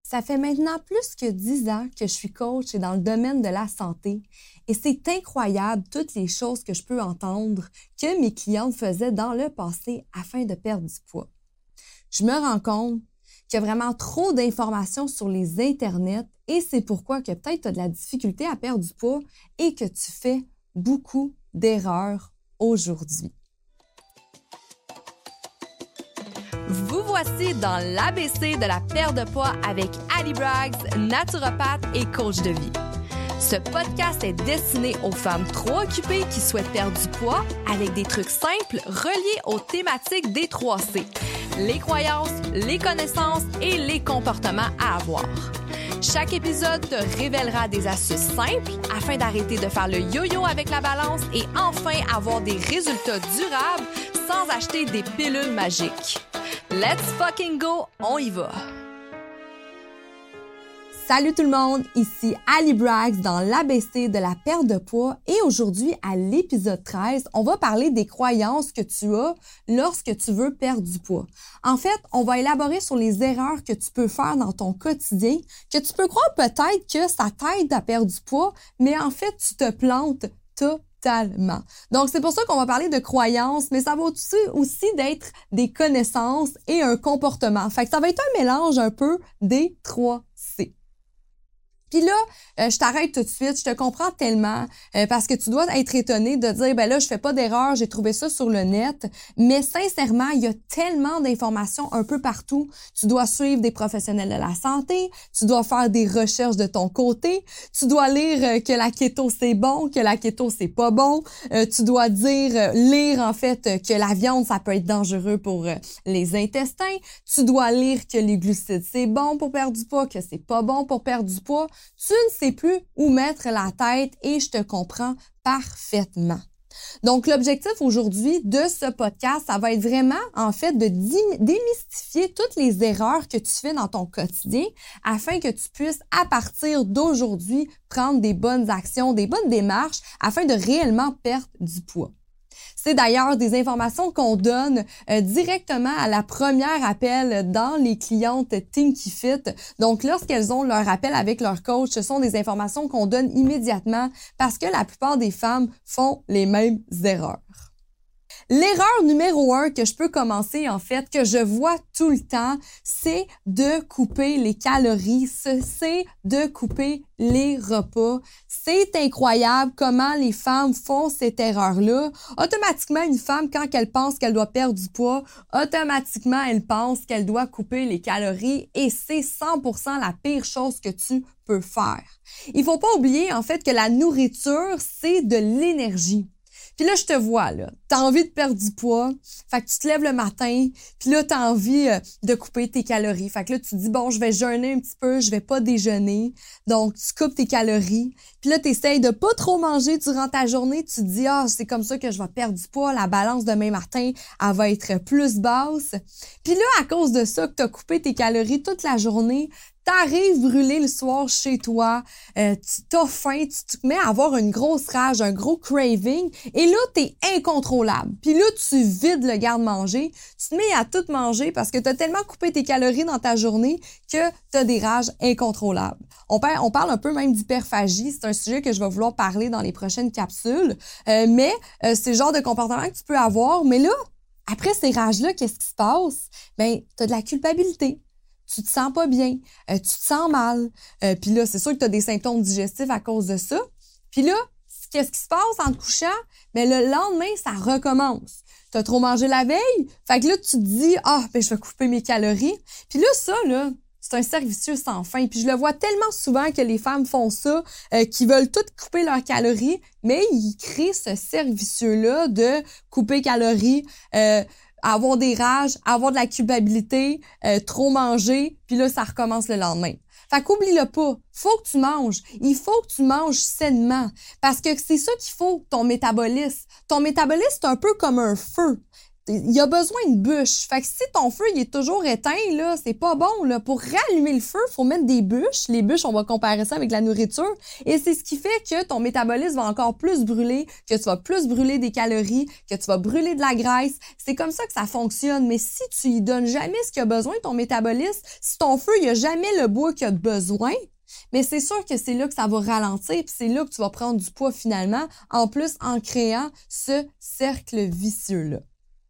Ça fait maintenant plus que 10 ans que je suis coach et dans le domaine de la santé et c'est incroyable toutes les choses que je peux entendre que mes clientes faisaient dans le passé afin de perdre du poids. Je me rends compte qu'il y a vraiment trop d'informations sur les internets et c'est pourquoi que peut-être tu as de la difficulté à perdre du poids et que tu fais beaucoup d'erreurs aujourd'hui. Vous voici dans l'ABC de la perte de poids avec Ali Braggs, naturopathe et coach de vie. Ce podcast est destiné aux femmes trop occupées qui souhaitent perdre du poids avec des trucs simples reliés aux thématiques des 3C, les croyances, les connaissances et les comportements à avoir. Chaque épisode te révélera des astuces simples afin d'arrêter de faire le yo-yo avec la balance et enfin avoir des résultats durables sans acheter des pilules magiques. Let's fucking go, on y va! Salut tout le monde, ici Ali Braggs dans l'ABC de la perte de poids et aujourd'hui à l'épisode 13, on va parler des croyances que tu as lorsque tu veux perdre du poids. En fait, on va élaborer sur les erreurs que tu peux faire dans ton quotidien, que tu peux croire peut-être que ça t'aide à perdre du poids, mais en fait, tu te plantes totalement. Donc, c'est pour ça qu'on va parler de croyances, mais ça va aussi d'être des connaissances et un comportement. Fait que ça va être un mélange un peu des 3C. Puis là, je t'arrête tout de suite, je te comprends tellement parce que tu dois être étonné de dire ben là je fais pas d'erreur, j'ai trouvé ça sur le net, mais sincèrement, il y a tellement d'informations un peu partout. Tu dois suivre des professionnels de la santé, tu dois faire des recherches de ton côté, tu dois lire que la keto c'est bon, que la keto c'est pas bon, tu dois lire en fait que la viande ça peut être dangereux pour les intestins, tu dois lire que les glucides c'est bon pour perdre du poids, que c'est pas bon pour perdre du poids. Tu ne sais plus où mettre la tête et je te comprends parfaitement. Donc, l'objectif aujourd'hui de ce podcast, ça va être vraiment, en fait, de démystifier toutes les erreurs que tu fais dans ton quotidien afin que tu puisses, à partir d'aujourd'hui, prendre des bonnes actions, des bonnes démarches afin de réellement perdre du poids. C'est d'ailleurs des informations qu'on donne directement à la première appel dans les clientes Tinky Fit. Donc, lorsqu'elles ont leur appel avec leur coach, ce sont des informations qu'on donne immédiatement parce que la plupart des femmes font les mêmes erreurs. L'erreur numéro 1 que je peux commencer, en fait, que je vois tout le temps, c'est de couper les calories, c'est de couper les repas. C'est incroyable comment les femmes font cette erreur-là. Automatiquement, une femme, quand elle pense qu'elle doit perdre du poids, automatiquement, elle pense qu'elle doit couper les calories et c'est 100% la pire chose que tu peux faire. Il faut pas oublier, en fait, que la nourriture, c'est de l'énergie. Puis là, je te vois, là, t'as envie de perdre du poids, fait que tu te lèves le matin, puis là, t'as envie de couper tes calories. Fait que là, tu te dis, bon, je vais jeûner un petit peu, je vais pas déjeuner. Donc, tu coupes tes calories. Puis là, t'essayes de pas trop manger durant ta journée. Tu te dis, c'est comme ça que je vais perdre du poids. La balance demain matin, elle va être plus basse. Puis là, à cause de ça, que t'as coupé tes calories toute la journée, t'arrives brûlé le soir chez toi, tu t'as faim, tu te mets à avoir une grosse rage, un gros craving, et là, t'es incontrôlable. Puis là, tu vides le garde-manger, tu te mets à tout manger parce que t'as tellement coupé tes calories dans ta journée que t'as des rages incontrôlables. On parle un peu même d'hyperphagie, c'est un sujet que je vais vouloir parler dans les prochaines capsules, mais c'est le genre de comportement que tu peux avoir. Mais là, après ces rages-là, qu'est-ce qui se passe? Ben, t'as de la culpabilité. Tu te sens pas bien, tu te sens mal. Puis là, c'est sûr que tu as des symptômes digestifs à cause de ça. Puis là, qu'est-ce qui se passe en te couchant? Mais le lendemain, ça recommence. Tu as trop mangé la veille, fait que là, tu te dis « je vais couper mes calories ». Puis là, ça, là, c'est un cercle vicieux sans fin. Puis je le vois tellement souvent que les femmes font ça, qui veulent toutes couper leurs calories, mais ils créent ce cercle vicieux-là de couper calories, avoir des rages, avoir de la culpabilité, trop manger, puis là, ça recommence le lendemain. Fait qu'oublie-le pas, faut que tu manges. Il faut que tu manges sainement parce que c'est ça qu'il faut, ton métabolisme. Ton métabolisme, c'est un peu comme un feu. il y a besoin de bûches. Fait que si ton feu il est toujours éteint, là, c'est pas bon. Là. Pour rallumer le feu, il faut mettre des bûches. Les bûches, on va comparer ça avec la nourriture. Et c'est ce qui fait que ton métabolisme va encore plus brûler, que tu vas plus brûler des calories, que tu vas brûler de la graisse. C'est comme ça que ça fonctionne. Mais si tu y donnes jamais ce qu'il a besoin, ton métabolisme, si ton feu, il y a jamais le bois qu'il a besoin, mais c'est sûr que c'est là que ça va ralentir, puis c'est là que tu vas prendre du poids finalement, en plus en créant ce cercle vicieux-là.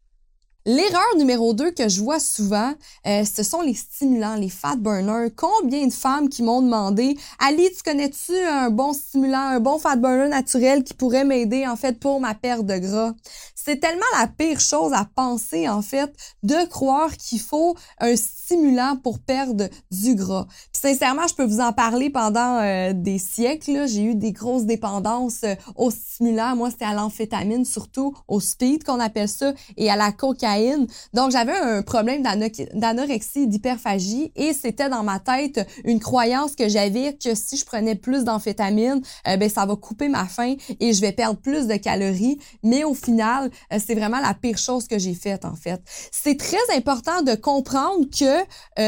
L'erreur numéro 2 que je vois souvent, ce sont les stimulants, les fat burners. Combien de femmes qui m'ont demandé « Ali, tu connais-tu un bon stimulant, un bon fat burner naturel qui pourrait m'aider en fait pour ma perte de gras? » C'est tellement la pire chose à penser en fait de croire qu'il faut un stimulant pour perdre du gras. Puis sincèrement, je peux vous en parler pendant des siècles. Là. J'ai eu des grosses dépendances aux stimulants. Moi, c'était à l'amphétamine, surtout au speed qu'on appelle ça, et à la cocaïne. Donc, j'avais un problème d'anorexie et d'hyperphagie et c'était dans ma tête une croyance que j'avais que si je prenais plus d'amphétamine, ben ça va couper ma faim et je vais perdre plus de calories. Mais au final, c'est vraiment la pire chose que j'ai faite, en fait. C'est très important de comprendre que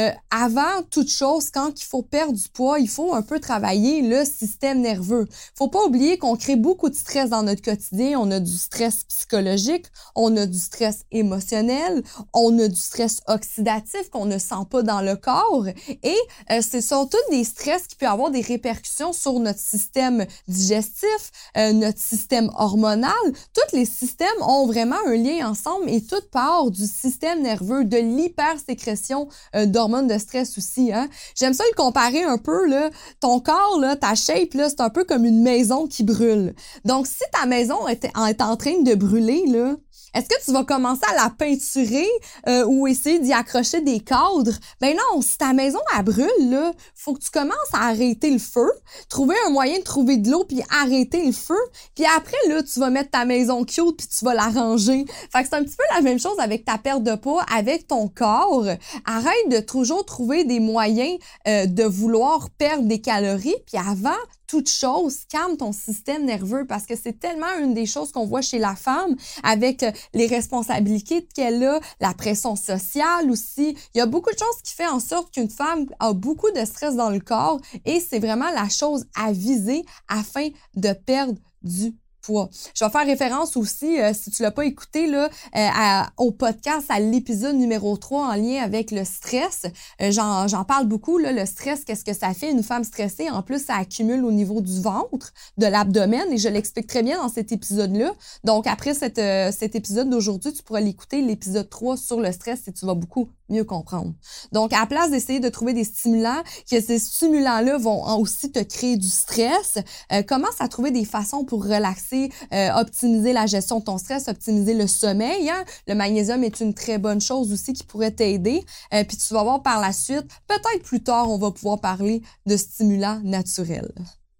avant toute chose, quand il faut perdre du poids, il faut un peu travailler le système nerveux. Faut pas oublier qu'on crée beaucoup de stress dans notre quotidien. On a du stress psychologique, on a du stress émotionnel, on a du stress oxydatif qu'on ne sent pas dans le corps et ce sont tous des stress qui peuvent avoir des répercussions sur notre système digestif, notre système hormonal. Tous les systèmes ont vraiment un lien ensemble et tout part du système nerveux, de l'hypersécrétion d'hormones de stress aussi. Hein? J'aime ça le comparer un peu, là. Ton corps, là, ta shape, là, c'est un peu comme une maison qui brûle. Donc, si ta maison est en train de brûler, là, est-ce que tu vas commencer à la peinturer ou essayer d'y accrocher des cadres? Ben non, si ta maison, elle brûle, là, faut que tu commences à arrêter le feu, trouver un moyen de trouver de l'eau puis arrêter le feu. Puis après, là, tu vas mettre ta maison cute puis tu vas la ranger. Fait que c'est un petit peu la même chose avec ta perte de poids, avec ton corps. Arrête de toujours trouver des moyens de vouloir perdre des calories. Puis avant toute chose, calme ton système nerveux parce que c'est tellement une des choses qu'on voit chez la femme avec les responsabilités qu'elle a, la pression sociale aussi. Il y a beaucoup de choses qui font en sorte qu'une femme a beaucoup de stress dans le corps et c'est vraiment la chose à viser afin de perdre du poids. Je vais faire référence aussi, si tu l'as pas écouté, là, au podcast, à l'épisode numéro 3 en lien avec le stress. J'en parle beaucoup, là, le stress, qu'est-ce que ça fait? Une femme stressée, en plus, ça accumule au niveau du ventre, de l'abdomen, et je l'explique très bien dans cet épisode-là. Donc, après cet épisode d'aujourd'hui, tu pourras l'écouter, l'épisode 3 sur le stress, et tu vas beaucoup mieux comprendre. Donc, à la place d'essayer de trouver des stimulants, que ces stimulants-là vont aussi te créer du stress, commence à trouver des façons pour relaxer, optimiser la gestion de ton stress, optimiser le sommeil. Hein? Le magnésium est une très bonne chose aussi qui pourrait t'aider. Puis tu vas voir par la suite, peut-être plus tard, on va pouvoir parler de stimulants naturels.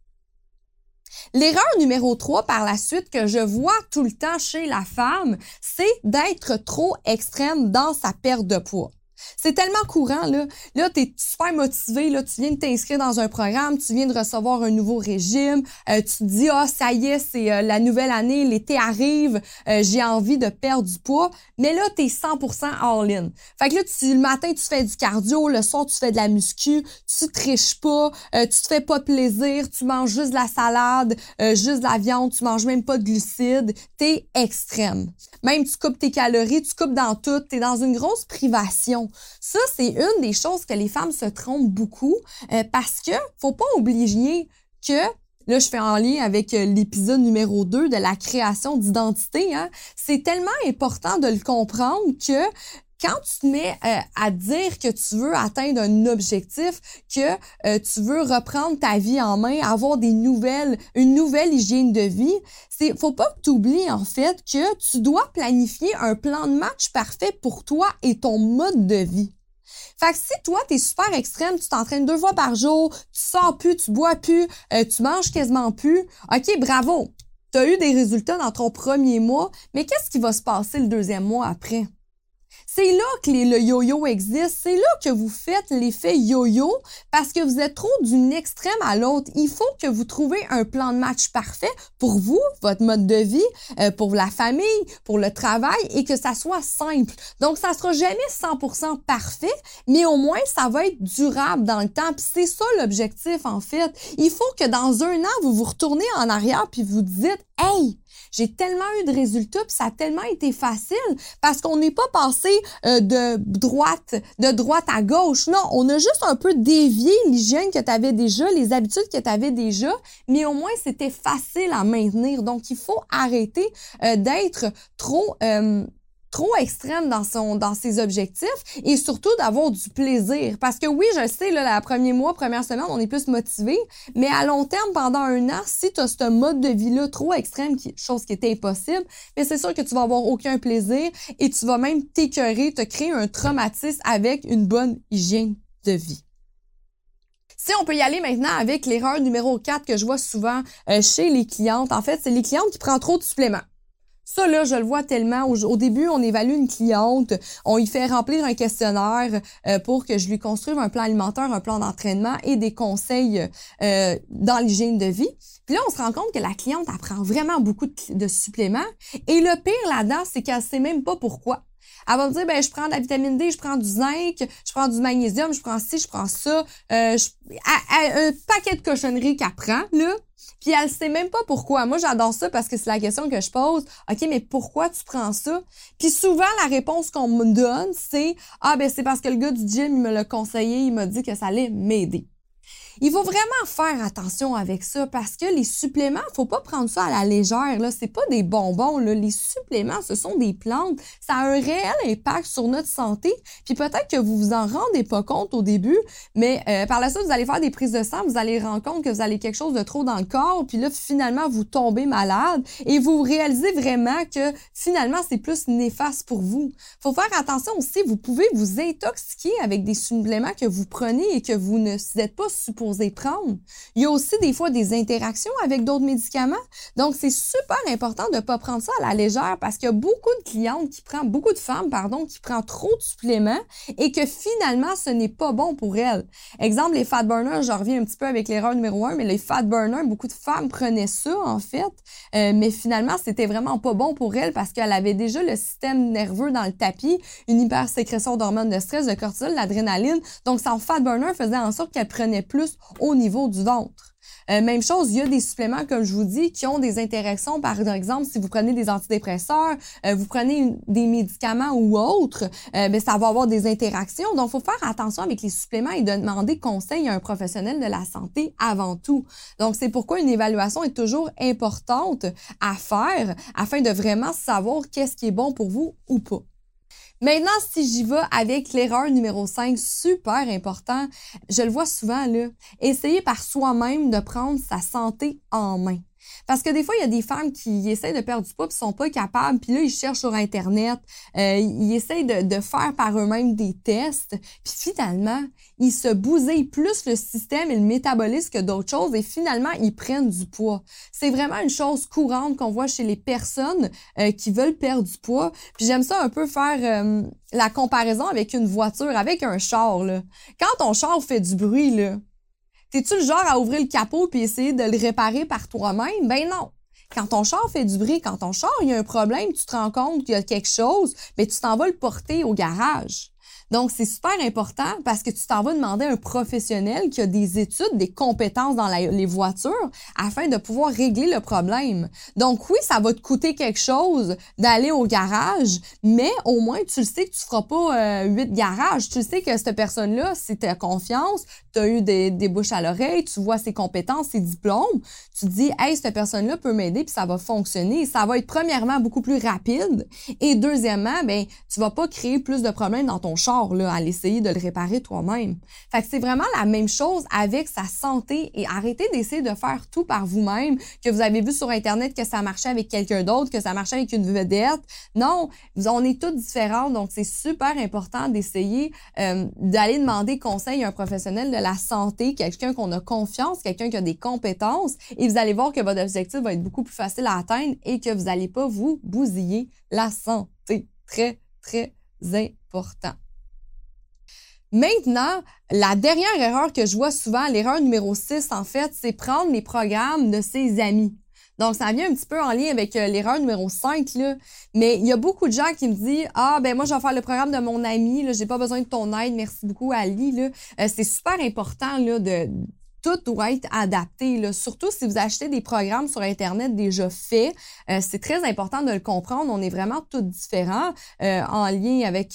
L'erreur numéro 3 par la suite que je vois tout le temps chez la femme, c'est d'être trop extrême dans sa perte de poids. C'est tellement courant, là. Là, t'es super motivé, là. Tu viens de t'inscrire dans un programme, tu viens de recevoir un nouveau régime, tu te dis, ah, ça y est, c'est la nouvelle année, l'été arrive, j'ai envie de perdre du poids. Mais là, t'es 100% all-in. Fait que là, le matin, tu fais du cardio, le soir, tu fais de la muscu, tu triches pas, tu te fais pas plaisir, tu manges juste de la salade, juste de la viande, tu manges même pas de glucides. T'es extrême. Même, tu coupes tes calories, tu coupes dans tout, t'es dans une grosse privation. Ça, c'est une des choses que les femmes se trompent beaucoup parce que faut pas oublier que, là, je fais en lien avec l'épisode numéro 2 de la création d'identité, hein, c'est tellement important de le comprendre que quand tu te mets à dire que tu veux atteindre un objectif, que tu veux reprendre ta vie en main, avoir une nouvelle hygiène de vie, faut pas que tu oublies en fait que tu dois planifier un plan de match parfait pour toi et ton mode de vie. Fait que si toi, t'es super extrême, tu t'entraînes 2 fois par jour, tu sors plus, tu bois plus, tu manges quasiment plus, OK, bravo, t'as eu des résultats dans ton premier mois, mais qu'est-ce qui va se passer le deuxième mois après? C'est là que le yo-yo existe. C'est là que vous faites l'effet yo-yo parce que vous êtes trop d'une extrême à l'autre. Il faut que vous trouviez un plan de match parfait pour vous, votre mode de vie, pour la famille, pour le travail et que ça soit simple. Donc, ça sera jamais 100% parfait, mais au moins, ça va être durable dans le temps. Puis c'est ça l'objectif, en fait. Il faut que dans un an, vous vous retournez en arrière puis vous dites « Hey! J'ai tellement eu de résultats, puis ça a tellement été facile parce qu'on n'est pas passé de droite à gauche. Non, on a juste un peu dévié l'hygiène que tu avais déjà, les habitudes que tu avais déjà, mais au moins c'était facile à maintenir. Donc il faut arrêter d'être trop extrême dans ses objectifs et surtout d'avoir du plaisir. Parce que oui, je le sais, là, la première semaine, on est plus motivé, mais à long terme, pendant un an, si tu as ce mode de vie-là trop extrême, chose qui était impossible, mais c'est sûr que tu vas avoir aucun plaisir et tu vas même t'écœurer, te créer un traumatisme avec une bonne hygiène de vie. Si on peut y aller maintenant avec l'erreur numéro 4 que je vois souvent chez les clientes, en fait, c'est les clientes qui prennent trop de suppléments. Ça, là, je le vois tellement. Au début, on évalue une cliente, on y fait remplir un questionnaire pour que je lui construise un plan alimentaire, un plan d'entraînement et des conseils dans l'hygiène de vie. Puis là, on se rend compte que la cliente, elle prend vraiment beaucoup de suppléments. Et le pire là-dedans, c'est qu'elle sait même pas pourquoi. Elle va me dire, ben je prends de la vitamine D, je prends du zinc, je prends du magnésium, je prends ci, je prends ça. Un paquet de cochonneries qu'elle prend, là. Puis elle sait même pas pourquoi. Moi, j'adore ça parce que c'est la question que je pose. OK, mais pourquoi tu prends ça? Puis souvent, la réponse qu'on me donne, c'est « Ah, ben c'est parce que le gars du gym, il me l'a conseillé, il m'a dit que ça allait m'aider. » Il faut vraiment faire attention avec ça parce que les suppléments, faut pas prendre ça à la légère, là. C'est pas des bonbons, là. Les suppléments, ce sont des plantes. Ça a un réel impact sur notre santé. Puis peut-être que vous vous en rendez pas compte au début, mais par la suite, vous allez faire des prises de sang, vous allez rendre compte que vous avez quelque chose de trop dans le corps, puis là, finalement, vous tombez malade et vous réalisez vraiment que finalement, c'est plus néfaste pour vous. Faut faire attention aussi, vous pouvez vous intoxiquer avec des suppléments que vous prenez et que vous ne êtes pas supposé prendre. Il y a aussi des fois des interactions avec d'autres médicaments. Donc, c'est super important de ne pas prendre ça à la légère parce qu'il y a beaucoup de femmes qui prennent trop de suppléments et que finalement, ce n'est pas bon pour elles. Exemple, les fat burners, je reviens un petit peu avec l'erreur numéro 1, mais les fat burners, beaucoup de femmes prenaient ça, en fait, mais finalement, c'était vraiment pas bon pour elles parce qu'elle avait déjà le système nerveux dans le tapis, une hypersécrétion d'hormones de stress, de cortisol, l'adrénaline. Donc, son fat burner faisait en sorte qu'elle prenait plus au niveau du ventre. Même chose, il y a des suppléments, comme je vous dis, qui ont des interactions. Par exemple, si vous prenez des antidépresseurs, vous prenez des médicaments ou autres, ben, ça va avoir des interactions. Donc, il faut faire attention avec les suppléments et de demander conseil à un professionnel de la santé avant tout. Donc, c'est pourquoi une évaluation est toujours importante à faire afin de vraiment savoir qu'est-ce qui est bon pour vous ou pas. Maintenant, si j'y vais avec l'erreur numéro 5, super important, je le vois souvent, là, essayer par soi-même de prendre sa santé en main. Parce que des fois, il y a des femmes qui essayent de perdre du poids et sont pas capables, puis là, ils cherchent sur Internet, ils essayent de faire par eux-mêmes des tests, puis finalement, ils se bousillent plus le système et le métabolisme que d'autres choses et finalement, ils prennent du poids. C'est vraiment une chose courante qu'on voit chez les personnes qui veulent perdre du poids. Puis j'aime ça un peu faire la comparaison avec une voiture, avec un char, là. Quand ton char fait du bruit, là, t'es-tu le genre à ouvrir le capot puis essayer de le réparer par toi-même? Ben non. Quand ton char fait du bruit, quand ton char, il y a un problème, tu te rends compte qu'il y a quelque chose, ben tu t'en vas le porter au garage. Donc, c'est super important parce que tu t'en vas demander à un professionnel qui a des études, des compétences dans les voitures afin de pouvoir régler le problème. Donc, oui, ça va te coûter quelque chose d'aller au garage, mais au moins, tu le sais que tu feras pas 8 garages. Tu le sais que cette personne-là, si tu as confiance, tu as eu des bouches à l'oreille, tu vois ses compétences, ses diplômes, tu te dis, hey, cette personne-là peut m'aider puis ça va fonctionner. Ça va être premièrement beaucoup plus rapide et deuxièmement, ben, tu vas pas créer plus de problèmes dans ton char là, à l'essayer de le réparer toi-même. Fait que c'est vraiment la même chose avec sa santé et arrêtez d'essayer de faire tout par vous-même, que vous avez vu sur Internet que ça marchait avec quelqu'un d'autre, que ça marchait avec une vedette. Non, on est toutes différentes, donc c'est super important d'essayer d'aller demander conseil à un professionnel de la santé, quelqu'un qu'on a confiance, quelqu'un qui a des compétences et vous allez voir que votre objectif va être beaucoup plus facile à atteindre et que vous n'allez pas vous bousiller la santé. Très, très important. Maintenant, la dernière erreur que je vois souvent, l'erreur numéro 6, en fait, c'est prendre les programmes de ses amis. Donc, ça vient un petit peu en lien avec l'erreur numéro 5, là. Mais il y a beaucoup de gens qui me disent « Ah, ben moi, je vais faire le programme de mon ami, là, j'ai pas besoin de ton aide, merci beaucoup, Ali. » C'est super important là, tout doit être adapté, là. Surtout si vous achetez des programmes sur Internet déjà faits. C'est très important de le comprendre. On est vraiment tous différents en lien avec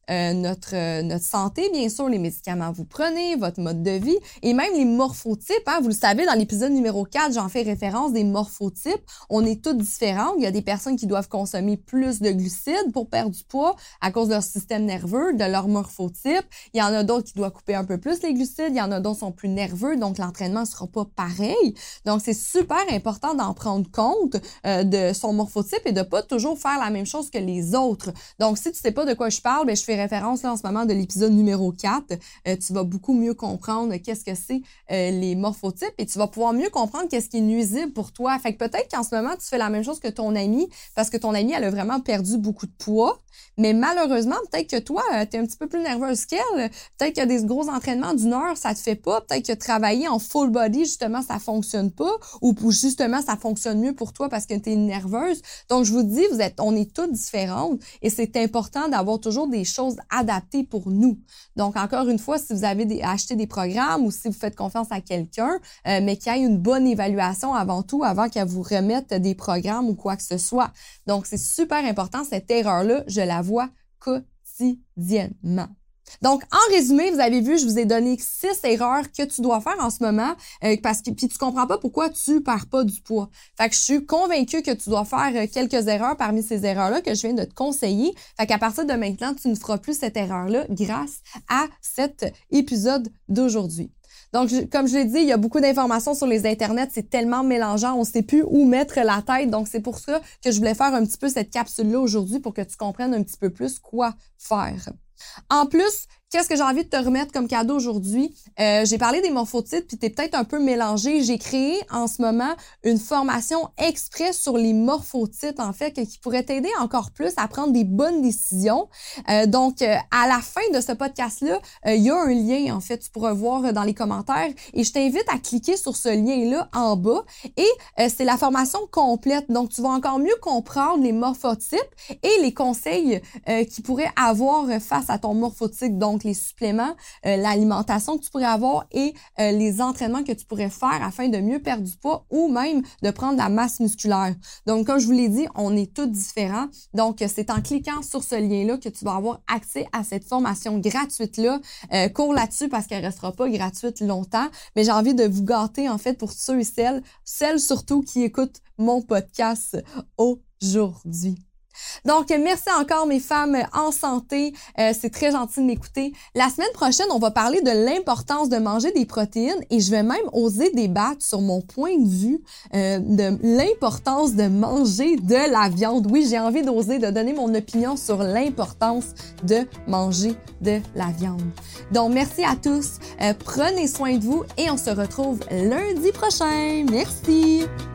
notre santé, bien sûr, les médicaments que vous prenez, votre mode de vie et même les morphotypes. Hein. Vous le savez, dans l'épisode numéro 4, j'en fais référence des morphotypes. On est tous différents. Il y a des personnes qui doivent consommer plus de glucides pour perdre du poids à cause de leur système nerveux, de leur morphotype. Il y en a d'autres qui doivent couper un peu plus les glucides. Il y en a d'autres qui sont plus nerveux, donc l'entraînement ne sera pas pareil. Donc, c'est super important d'en prendre compte de son morphotype et de pas toujours faire la même chose que les autres. Donc, si tu sais pas de quoi je parle, ben je fais référence là en ce moment de l'épisode numéro 4. Tu vas beaucoup mieux comprendre qu'est-ce que c'est les morphotypes et tu vas pouvoir mieux comprendre qu'est-ce qui est nuisible pour toi. Fait que peut-être qu'en ce moment, tu fais la même chose que ton ami parce que ton ami, elle a vraiment perdu beaucoup de poids. Mais malheureusement, peut-être que toi, tu es un petit peu plus nerveuse qu'elle. Peut-être qu'il y a des gros entraînements d'une heure, ça te fait pas. Peut-être que travailler en full body, justement, ça fonctionne pas. Ou justement, ça fonctionne mieux pour toi parce que tu es nerveuse. Donc, je vous dis, on est toutes différentes et c'est important d'avoir toujours des choses adaptées pour nous. Donc, encore une fois, si vous avez acheté des programmes ou si vous faites confiance à quelqu'un, mais qu'il y ait une bonne évaluation avant tout, avant qu'elle vous remette des programmes ou quoi que ce soit. Donc, c'est super important, cette erreur-là, je la vois quotidiennement. Donc, en résumé, vous avez vu, je vous ai donné 6 erreurs que tu dois faire en ce moment parce que puis tu comprends pas pourquoi tu perds pas du poids. Fait que je suis convaincue que tu dois faire quelques erreurs parmi ces erreurs-là que je viens de te conseiller. Fait qu'à partir de maintenant, tu ne feras plus cette erreur-là grâce à cet épisode d'aujourd'hui. Donc, comme je l'ai dit, il y a beaucoup d'informations sur les internets, c'est tellement mélangeant, on ne sait plus où mettre la tête. Donc, c'est pour ça que je voulais faire un petit peu cette capsule-là aujourd'hui pour que tu comprennes un petit peu plus quoi faire. En plus, qu'est-ce que j'ai envie de te remettre comme cadeau aujourd'hui? J'ai parlé des morphotypes, puis t'es peut-être un peu mélangé. J'ai créé en ce moment une formation exprès sur les morphotypes, en fait, qui pourrait t'aider encore plus à prendre des bonnes décisions. Donc, à la fin de ce podcast-là, il y a un lien, en fait, tu pourras voir dans les commentaires. Et je t'invite à cliquer sur ce lien-là en bas. Et c'est la formation complète. Donc, tu vas encore mieux comprendre les morphotypes et les conseils qu'ils pourraient avoir face à ton morphotype. Donc, les suppléments, l'alimentation que tu pourrais avoir et les entraînements que tu pourrais faire afin de mieux perdre du poids ou même de prendre de la masse musculaire. Donc, comme je vous l'ai dit, on est tous différents. Donc, c'est en cliquant sur ce lien-là que tu vas avoir accès à cette formation gratuite-là. Cours là-dessus parce qu'elle ne restera pas gratuite longtemps. Mais j'ai envie de vous gâter, en fait, pour ceux et celles surtout qui écoutent mon podcast aujourd'hui. Donc, merci encore mes femmes en santé. C'est très gentil de m'écouter. La semaine prochaine, on va parler de l'importance de manger des protéines et je vais même oser débattre sur mon point de vue de l'importance de manger de la viande. Oui, j'ai envie d'oser, de donner mon opinion sur l'importance de manger de la viande. Donc, merci à tous. Prenez soin de vous et on se retrouve lundi prochain. Merci!